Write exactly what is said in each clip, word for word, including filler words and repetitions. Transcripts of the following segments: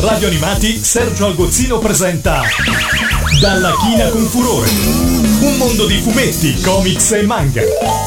Radio Animati, Sergio Algozzino presenta Dalla china con furore, un mondo di fumetti, comics e manga.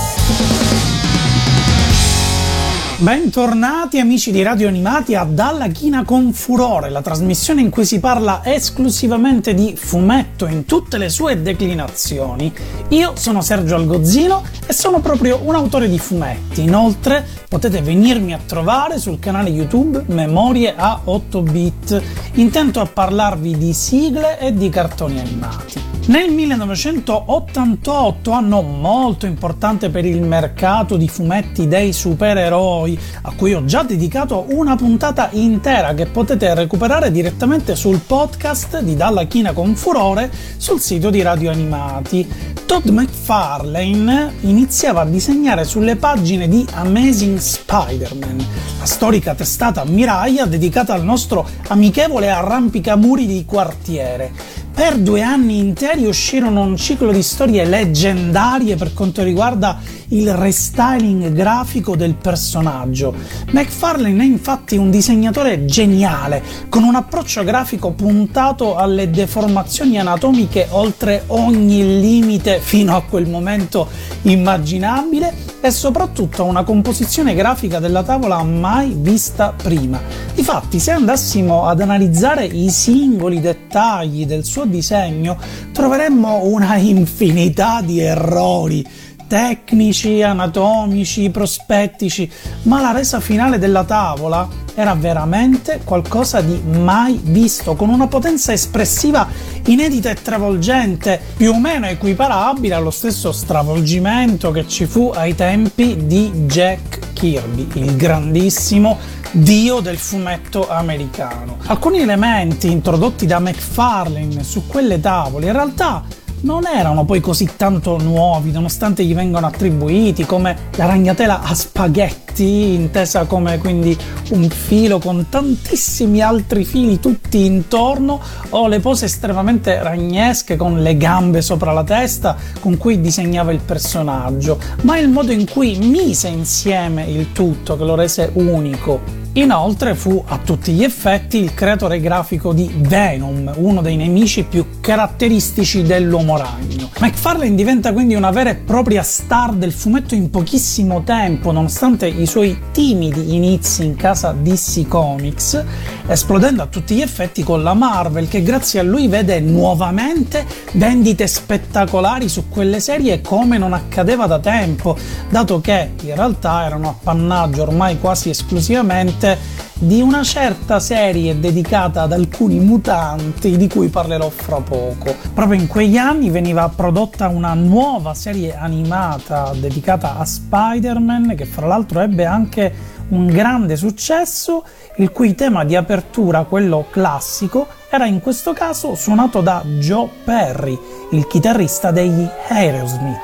Bentornati amici di Radio Animati a Dalla china con furore, la trasmissione in cui si parla esclusivamente di fumetto in tutte le sue declinazioni. Io sono Sergio Algozzino e sono proprio un autore di fumetti. Inoltre potete venirmi a trovare sul canale YouTube Memorie a otto bit, intento a parlarvi di sigle e di cartoni animati. Nel millenovecentottantotto, anno molto importante per il mercato di fumetti dei supereroi, a cui ho già dedicato una puntata intera che potete recuperare direttamente sul podcast di Dalla china con furore sul sito di Radio Animati, Todd McFarlane iniziava a disegnare sulle pagine di Amazing Spider-Man, la storica testata ammiraglia dedicata al nostro amichevole arrampicamuri di quartiere. Per due anni interi uscirono un ciclo di storie leggendarie per quanto riguarda il restyling grafico del personaggio. McFarlane è infatti un disegnatore geniale, con un approccio grafico puntato alle deformazioni anatomiche oltre ogni limite fino a quel momento immaginabile e soprattutto una composizione grafica della tavola mai vista prima. Difatti, se andassimo ad analizzare i singoli dettagli del suo disegno, troveremmo una infinità di errori tecnici, anatomici, prospettici, ma la resa finale della tavola era veramente qualcosa di mai visto, con una potenza espressiva inedita e travolgente, più o meno equiparabile allo stesso stravolgimento che ci fu ai tempi di Jack Kirby, il grandissimo dio del fumetto americano. Alcuni elementi introdotti da McFarlane su quelle tavole in realtà non erano poi così tanto nuovi, nonostante gli vengano attribuiti, come la ragnatela a spaghetti, intesa come quindi un filo con tantissimi altri fili tutti intorno, o le pose estremamente ragnesche con le gambe sopra la testa con cui disegnava il personaggio, ma il modo in cui mise insieme il tutto che lo rese unico. Inoltre fu a tutti gli effetti il creatore grafico di Venom, uno dei nemici più caratteristici dell'Uomo Ragno. McFarlane diventa quindi una vera e propria star del fumetto in pochissimo tempo, nonostante i suoi timidi inizi in casa D C Comics, esplodendo a tutti gli effetti con la Marvel, che grazie a lui vede nuovamente vendite spettacolari su quelle serie come non accadeva da tempo, dato che in realtà erano appannaggio ormai quasi esclusivamente di una certa serie dedicata ad alcuni mutanti di cui parlerò fra poco. Proprio in quegli anni veniva prodotta una nuova serie animata dedicata a Spider-Man, che fra l'altro ebbe anche un grande successo, il cui tema di apertura, quello classico, era in questo caso suonato da Joe Perry, il chitarrista degli Aerosmith.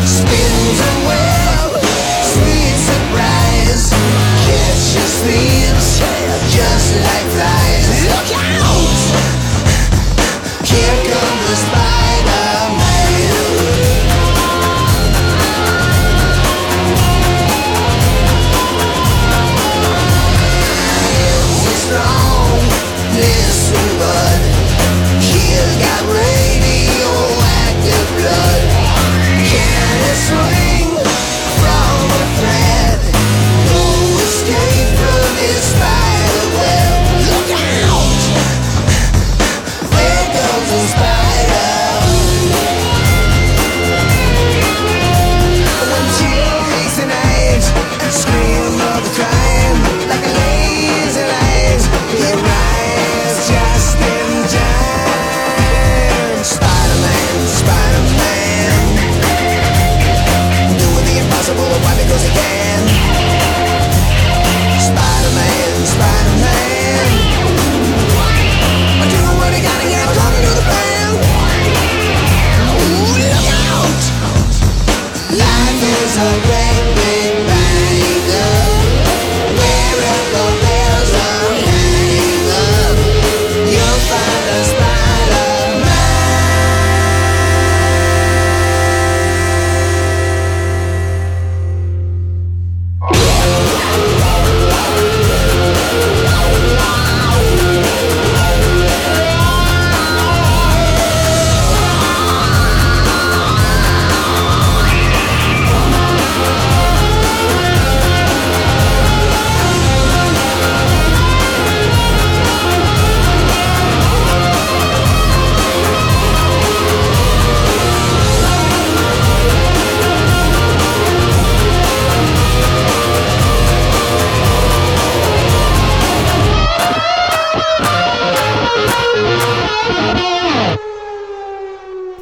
Spins a web, sweet surprise, catches the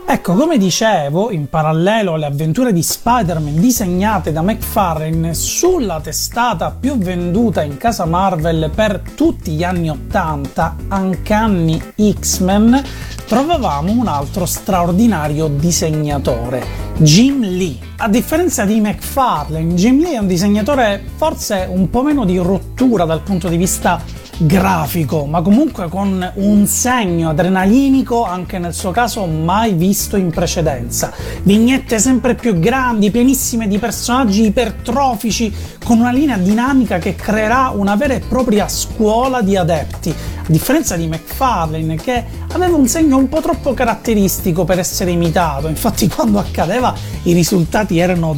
Ecco, come dicevo, in parallelo alle avventure di Spider-Man disegnate da McFarlane sulla testata più venduta in casa Marvel per tutti gli anni ottanta, Uncanny X-Men, trovavamo un altro straordinario disegnatore, Jim Lee. A differenza di McFarlane, Jim Lee è un disegnatore forse un po' meno di rottura dal punto di vista grafico, ma comunque con un segno adrenalinico anche nel suo caso mai visto in precedenza. Vignette sempre più grandi, pienissime di personaggi ipertrofici, con una linea dinamica che creerà una vera e propria scuola di adepti, a differenza di McFarlane che aveva un segno un po' troppo caratteristico per essere imitato, infatti quando accadeva i risultati erano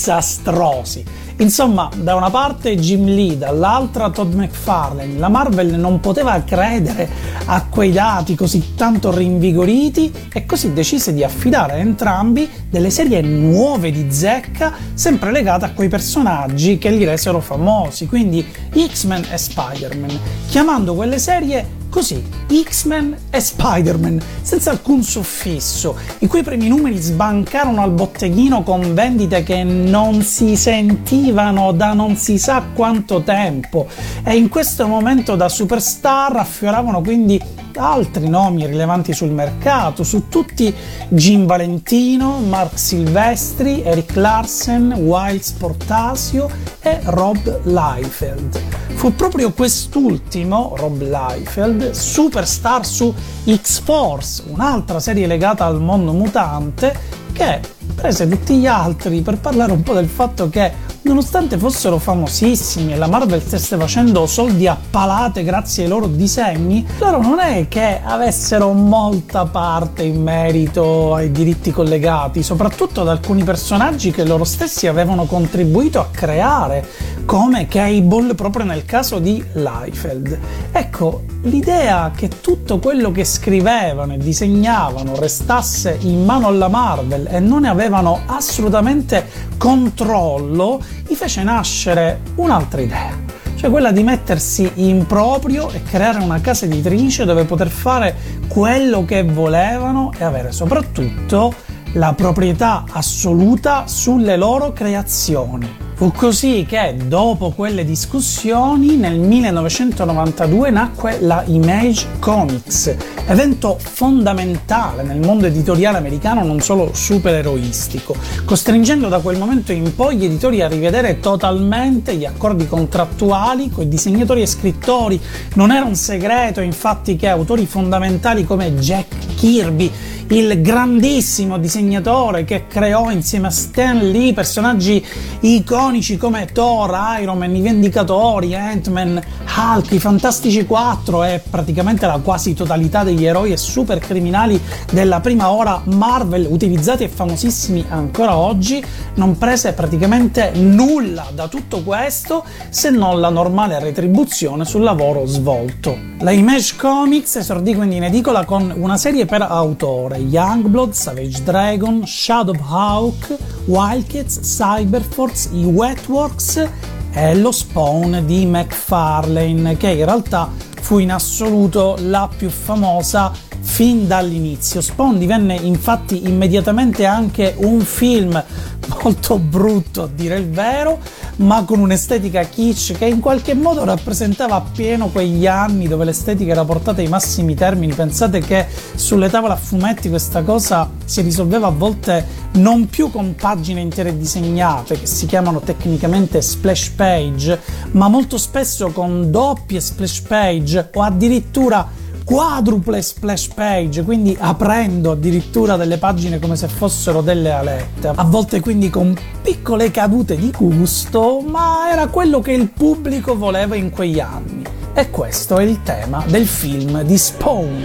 disastrosi. Insomma, da una parte Jim Lee, dall'altra Todd McFarlane, la Marvel non poteva credere a quei dati così tanto rinvigoriti e così decise di affidare a entrambi delle serie nuove di zecca, sempre legate a quei personaggi che li resero famosi, quindi X-Men e Spider-Man, chiamando quelle serie così, X-Men e Spider-Man, senza alcun suffisso, i cui primi numeri sbancarono al botteghino con vendite che non si sentivano da non si sa quanto tempo, e in questo momento da superstar affioravano quindi altri nomi rilevanti sul mercato, su tutti Jim Valentino, Mark Silvestri, Eric Larsen, Wiles Portasio e Rob Liefeld. Fu proprio quest'ultimo, Rob Liefeld, superstar su X-Force, un'altra serie legata al mondo mutante, che prese tutti gli altri per parlare un po' del fatto che, nonostante fossero famosissimi e la Marvel stesse facendo soldi a palate grazie ai loro disegni, loro non è che avessero molta parte in merito ai diritti collegati, soprattutto ad alcuni personaggi che loro stessi avevano contribuito a creare, come Cable proprio nel caso di Liefeld. Ecco, l'idea che tutto quello che scrivevano e disegnavano restasse in mano alla Marvel e non ne avevano assolutamente controllo, gli fece nascere un'altra idea, cioè quella di mettersi in proprio e creare una casa editrice dove poter fare quello che volevano e avere soprattutto la proprietà assoluta sulle loro creazioni. Fu così che, dopo quelle discussioni, nel millenovecentonovantadue nacque la Image Comics, evento fondamentale nel mondo editoriale americano non solo supereroistico, costringendo da quel momento in poi gli editori a rivedere totalmente gli accordi contrattuali con i disegnatori e scrittori. Non era un segreto, infatti, che autori fondamentali come Jack Kirby, il grandissimo disegnatore che creò insieme a Stan Lee personaggi iconici come Thor, Iron Man, i Vendicatori, Ant-Man, Hulk, i Fantastici quattro e praticamente la quasi totalità degli eroi e super criminali della prima ora Marvel, utilizzati e famosissimi ancora oggi, non prese praticamente nulla da tutto questo se non la normale retribuzione sul lavoro svolto. La Image Comics esordì quindi in edicola con una serie per autore: Youngblood, Savage Dragon, Shadow Hawk, Wildcats, Cyberforce, i Wetworks e lo Spawn di McFarlane, che in realtà fu in assoluto la più famosa fin dall'inizio. Spawn divenne infatti immediatamente anche un film molto brutto a dire il vero, ma con un'estetica kitsch che in qualche modo rappresentava appieno quegli anni dove l'estetica era portata ai massimi termini. Pensate che sulle tavole a fumetti questa cosa si risolveva a volte non più con pagine intere disegnate, che si chiamano tecnicamente splash page, ma molto spesso con doppie splash page o addirittura quadruple splash page, quindi aprendo addirittura delle pagine come se fossero delle alette, a volte quindi con piccole cadute di gusto, ma era quello che il pubblico voleva in quegli anni. E questo è il tema del film di Spawn.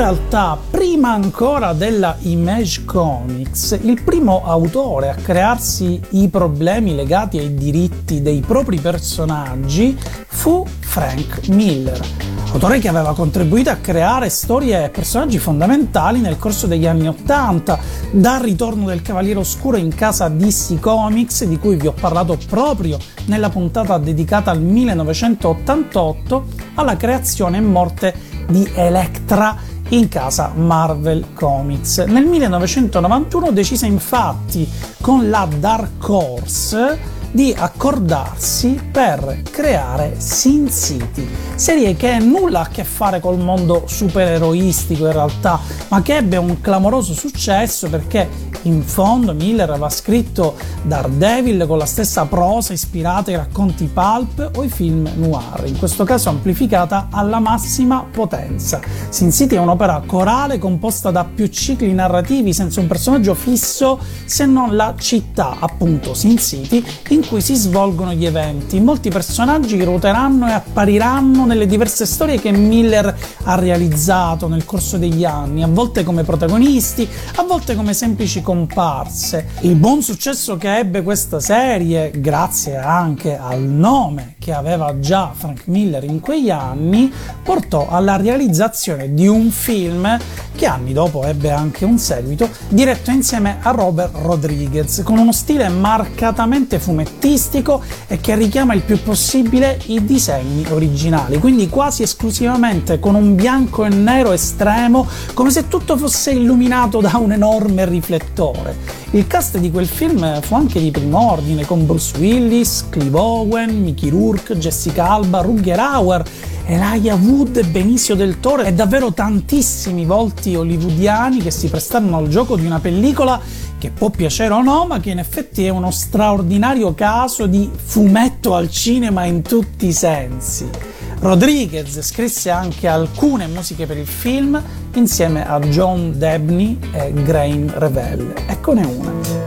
realtà, prima ancora della Image Comics, il primo autore a crearsi i problemi legati ai diritti dei propri personaggi fu Frank Miller, autore che aveva contribuito a creare storie e personaggi fondamentali nel corso degli anni ottanta, dal ritorno del Cavaliere Oscuro in casa D C Comics, di cui vi ho parlato proprio nella puntata dedicata al millenovecentottantotto, alla creazione e morte di Elektra in casa Marvel Comics. Nel millenovecentonovantuno decise infatti con la Dark Horse di accordarsi per creare Sin City, serie che nulla ha a che fare col mondo supereroistico in realtà, ma che ebbe un clamoroso successo perché in fondo Miller aveva scritto Daredevil con la stessa prosa ispirata ai racconti pulp o ai film noir, in questo caso amplificata alla massima potenza. Sin City è un'opera corale composta da più cicli narrativi senza un personaggio fisso se non la città, appunto Sin City, in cui si svolgono gli eventi. Molti personaggi ruoteranno e appariranno nelle diverse storie che Miller ha realizzato nel corso degli anni, a volte come protagonisti, a volte come semplici comparse. Il buon successo che ebbe questa serie, grazie anche al nome che aveva già Frank Miller in quegli anni, portò alla realizzazione di un film che anni dopo ebbe anche un seguito, diretto insieme a Robert Rodriguez, con uno stile marcatamente fumettistico e che richiama il più possibile i disegni originali, quindi quasi esclusivamente con un bianco e nero estremo, come se tutto fosse illuminato da un enorme riflettore. Il cast di quel film fu anche di primo ordine, con Bruce Willis, Clive Owen, Mickey Rourke, Jessica Alba, Rutger Hauer, Elijah Wood e Benicio del Toro e davvero tantissimi volti hollywoodiani che si prestarono al gioco di una pellicola che può piacere o no, ma che in effetti è uno straordinario caso di fumetto al cinema in tutti i sensi. Rodriguez scrisse anche alcune musiche per il film insieme a John Debney e Graeme Revell. Eccone una.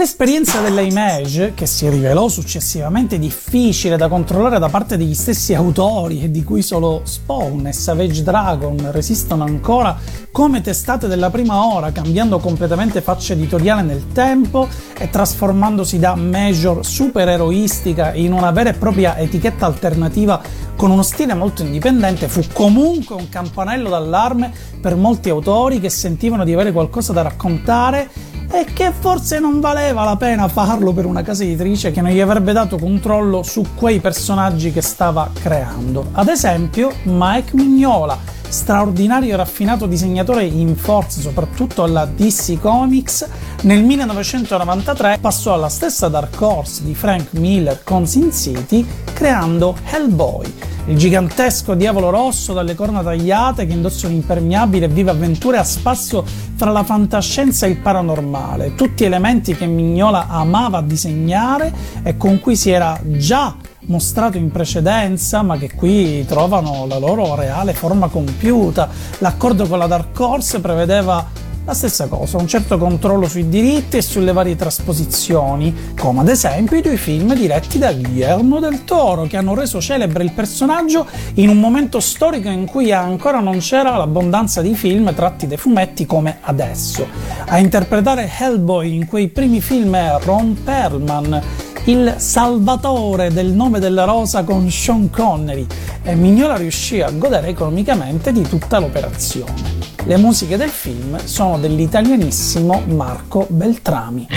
L'esperienza della Image, che si rivelò successivamente difficile da controllare da parte degli stessi autori e di cui solo Spawn e Savage Dragon resistono ancora come testate della prima ora, cambiando completamente faccia editoriale nel tempo e trasformandosi da major supereroistica in una vera e propria etichetta alternativa con uno stile molto indipendente, fu comunque un campanello d'allarme per molti autori che sentivano di avere qualcosa da raccontare e che forse non valeva la pena farlo per una casa editrice che non gli avrebbe dato controllo su quei personaggi che stava creando. Ad esempio Mike Mignola, straordinario e raffinato disegnatore in forza soprattutto alla D C Comics, nel millenovecentonovantatré passò alla stessa Dark Horse di Frank Miller con Sin City creando Hellboy, il gigantesco diavolo rosso dalle corna tagliate che indossa un impermeabile e vive avventure a spasso fra la fantascienza e il paranormale, tutti elementi che Mignola amava disegnare e con cui si era già mostrato in precedenza, ma che qui trovano la loro reale forma compiuta. L'accordo con la Dark Horse prevedeva la stessa cosa, un certo controllo sui diritti e sulle varie trasposizioni, come ad esempio i due film diretti da Guillermo del Toro, che hanno reso celebre il personaggio in un momento storico in cui ancora non c'era l'abbondanza di film tratti dai fumetti come adesso. A interpretare Hellboy in quei primi film è Ron Perlman, il salvatore del Nome della Rosa con Sean Connery, e Mignola riuscì a godere economicamente di tutta l'operazione. Le musiche del film sono dell'italianissimo Marco Beltrami.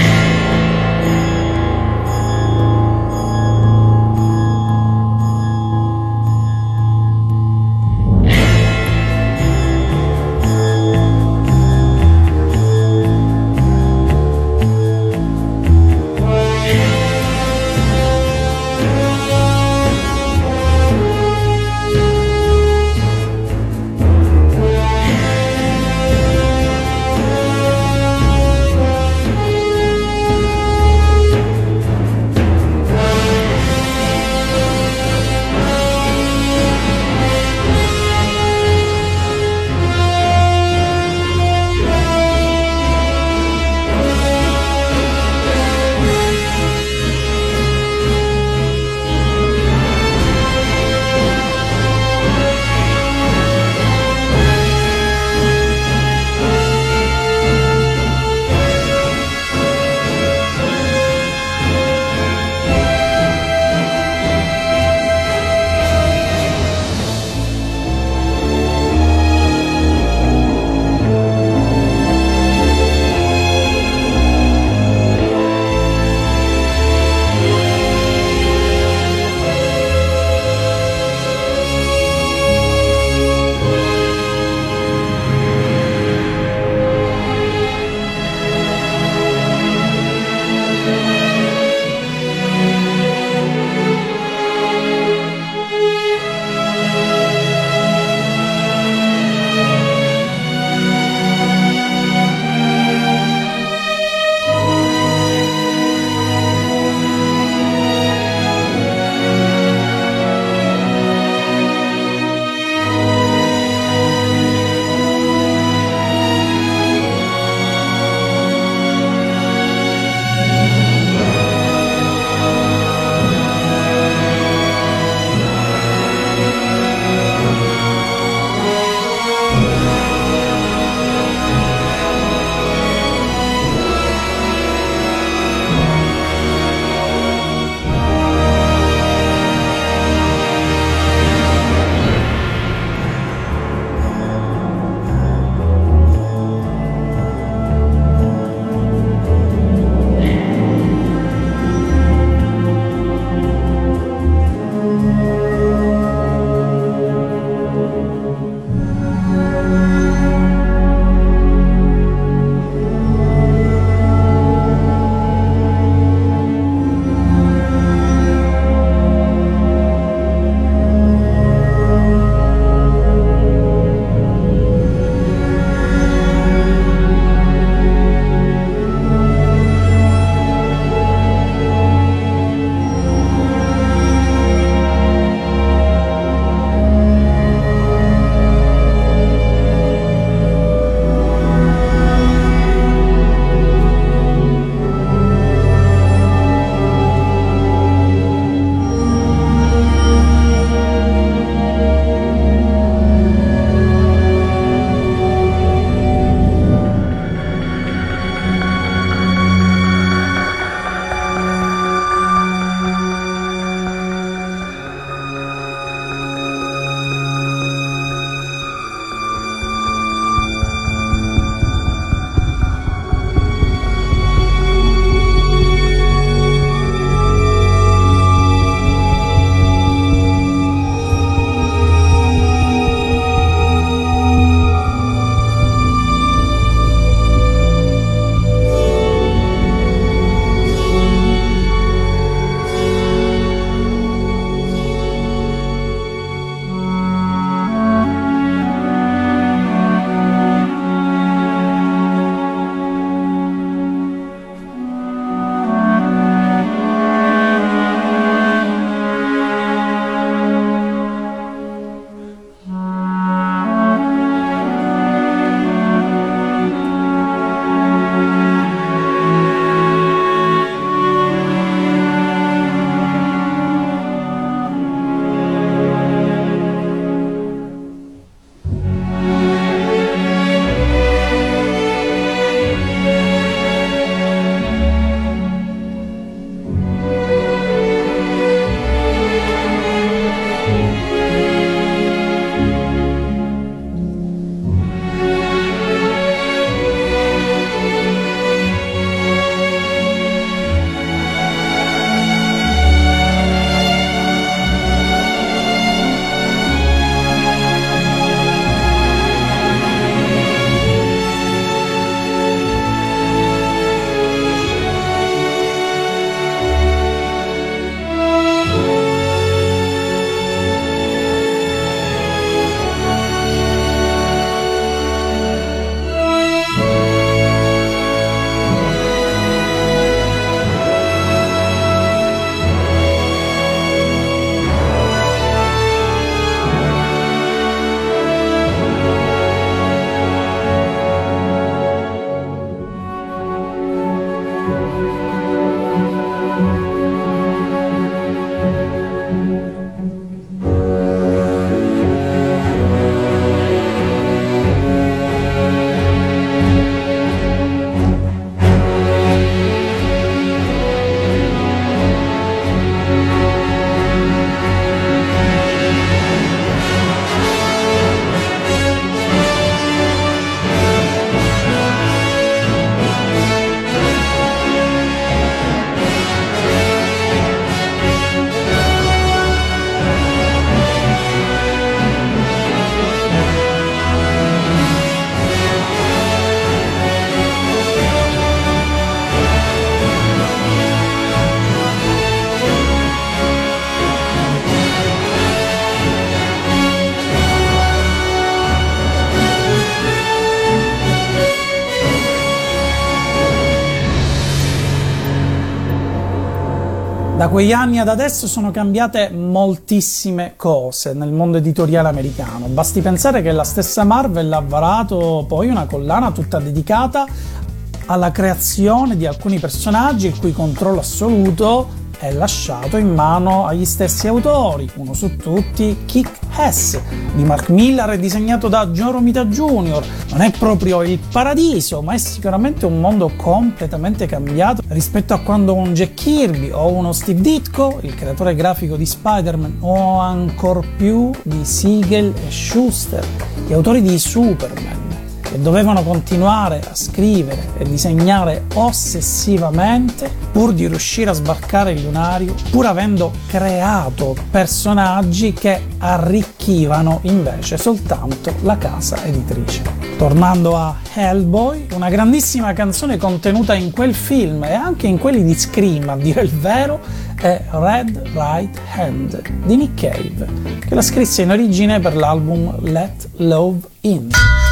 Da quegli anni ad adesso sono cambiate moltissime cose nel mondo editoriale americano. Basti pensare che la stessa Marvel ha varato poi una collana tutta dedicata alla creazione di alcuni personaggi il cui controllo assoluto è lasciato in mano agli stessi autori. Uno su tutti, Kick-Ass di Mark Millar e disegnato da John Romita Junior Non è proprio il paradiso, ma è sicuramente un mondo completamente cambiato rispetto a quando un Jack Kirby o uno Steve Ditko, il creatore grafico di Spider-Man, o ancor più di Siegel e Schuster, gli autori di Superman, che dovevano continuare a scrivere e disegnare ossessivamente pur di riuscire a sbarcare il lunario, pur avendo creato personaggi che arricchivano invece soltanto la casa editrice. Tornando a Hellboy, una grandissima canzone contenuta in quel film e anche in quelli di Scream, a dire il vero, è Red Right Hand di Nick Cave, che la scrisse in origine per l'album Let Love In.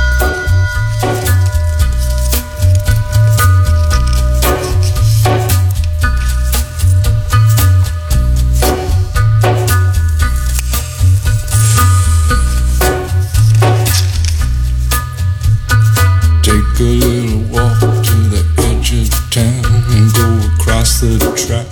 Take a little walk to the edge of town and go across the track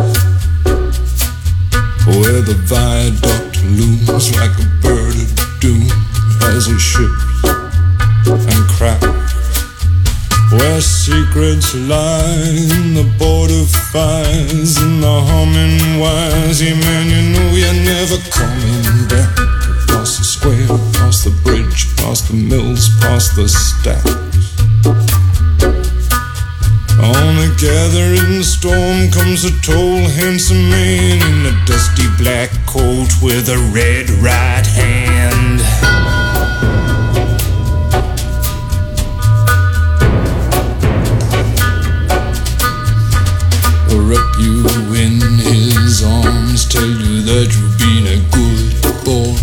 where the viaduct looms like a bird of doom as it ships and cracks, where secrets lie in the border fires and the humming wires. Yeah, man, you know you're never coming back. Past the square, past the bridge, past the mills, past the stacks. On a gathering storm comes a tall, handsome man in a dusty black coat with a red right hand. Wrap you in his arms, tell you that you've been a good boy.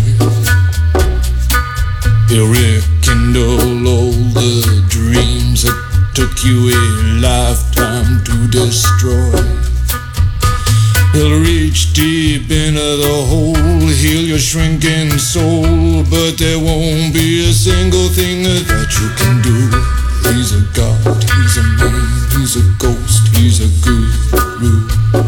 He'll rekindle all the dreams that took you a lifetime to destroy. He'll reach deep into the hole, heal your shrinking soul, but there won't be a single thing that you can do. He's a god, he's a man, he's a ghost, he's a guru.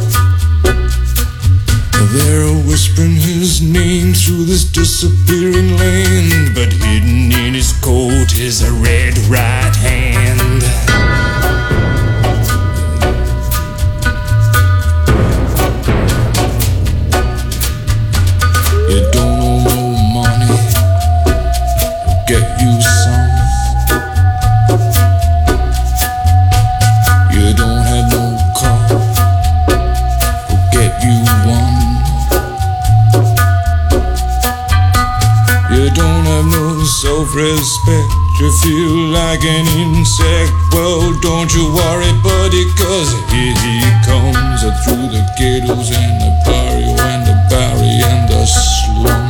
They're whispering his name through this disappearing land, but hidden in his coat is a red right hand. You don't owe no money, get you some. You don't have no car, get you one. You don't have no self-respect, you feel like an insect. Well, don't you worry, buddy, cause here he comes through the ghettos and the barrio and the barry and the slum.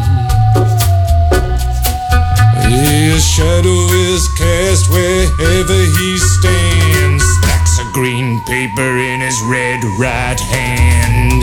His shadow is cast wherever he stands, stacks of green paper in his red right hand.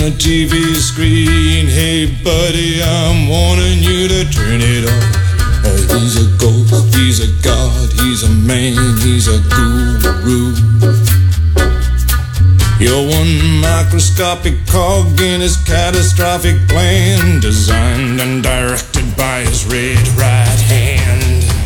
a T V screen. Hey buddy, I'm warning you to turn it off. Uh, he's a ghost, he's a god, he's a man, he's a guru. You're one microscopic cog in his catastrophic plan, designed and directed by his red right hand.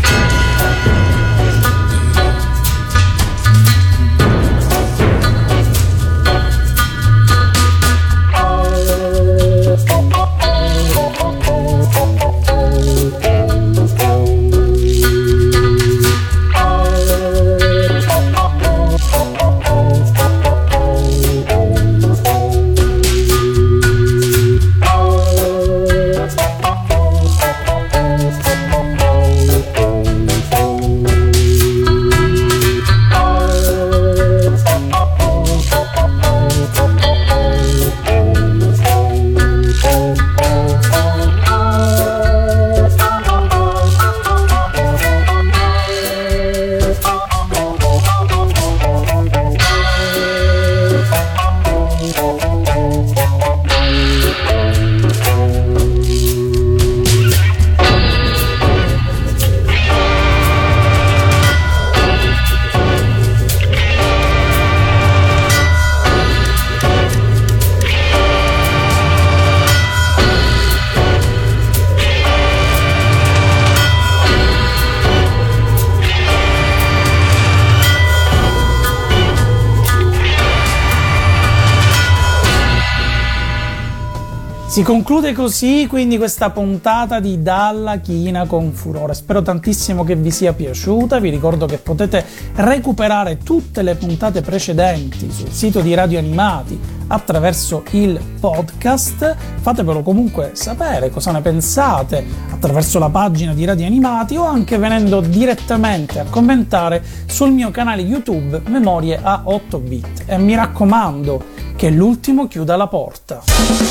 Si conclude così quindi questa puntata di Dalla China con Furore. Spero tantissimo che vi sia piaciuta. Vi ricordo che potete recuperare tutte le puntate precedenti sul sito di Radio Animati attraverso il podcast. Fatevelo comunque sapere cosa ne pensate attraverso la pagina di Radio Animati o anche venendo direttamente a commentare sul mio canale YouTube Memorie a otto bit. E mi raccomando che l'ultimo chiuda la porta.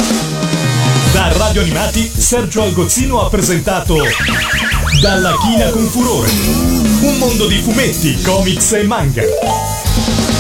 Da Radio Animati, Sergio Algozzino ha presentato Dalla China con Furore, un mondo di fumetti, comics e manga.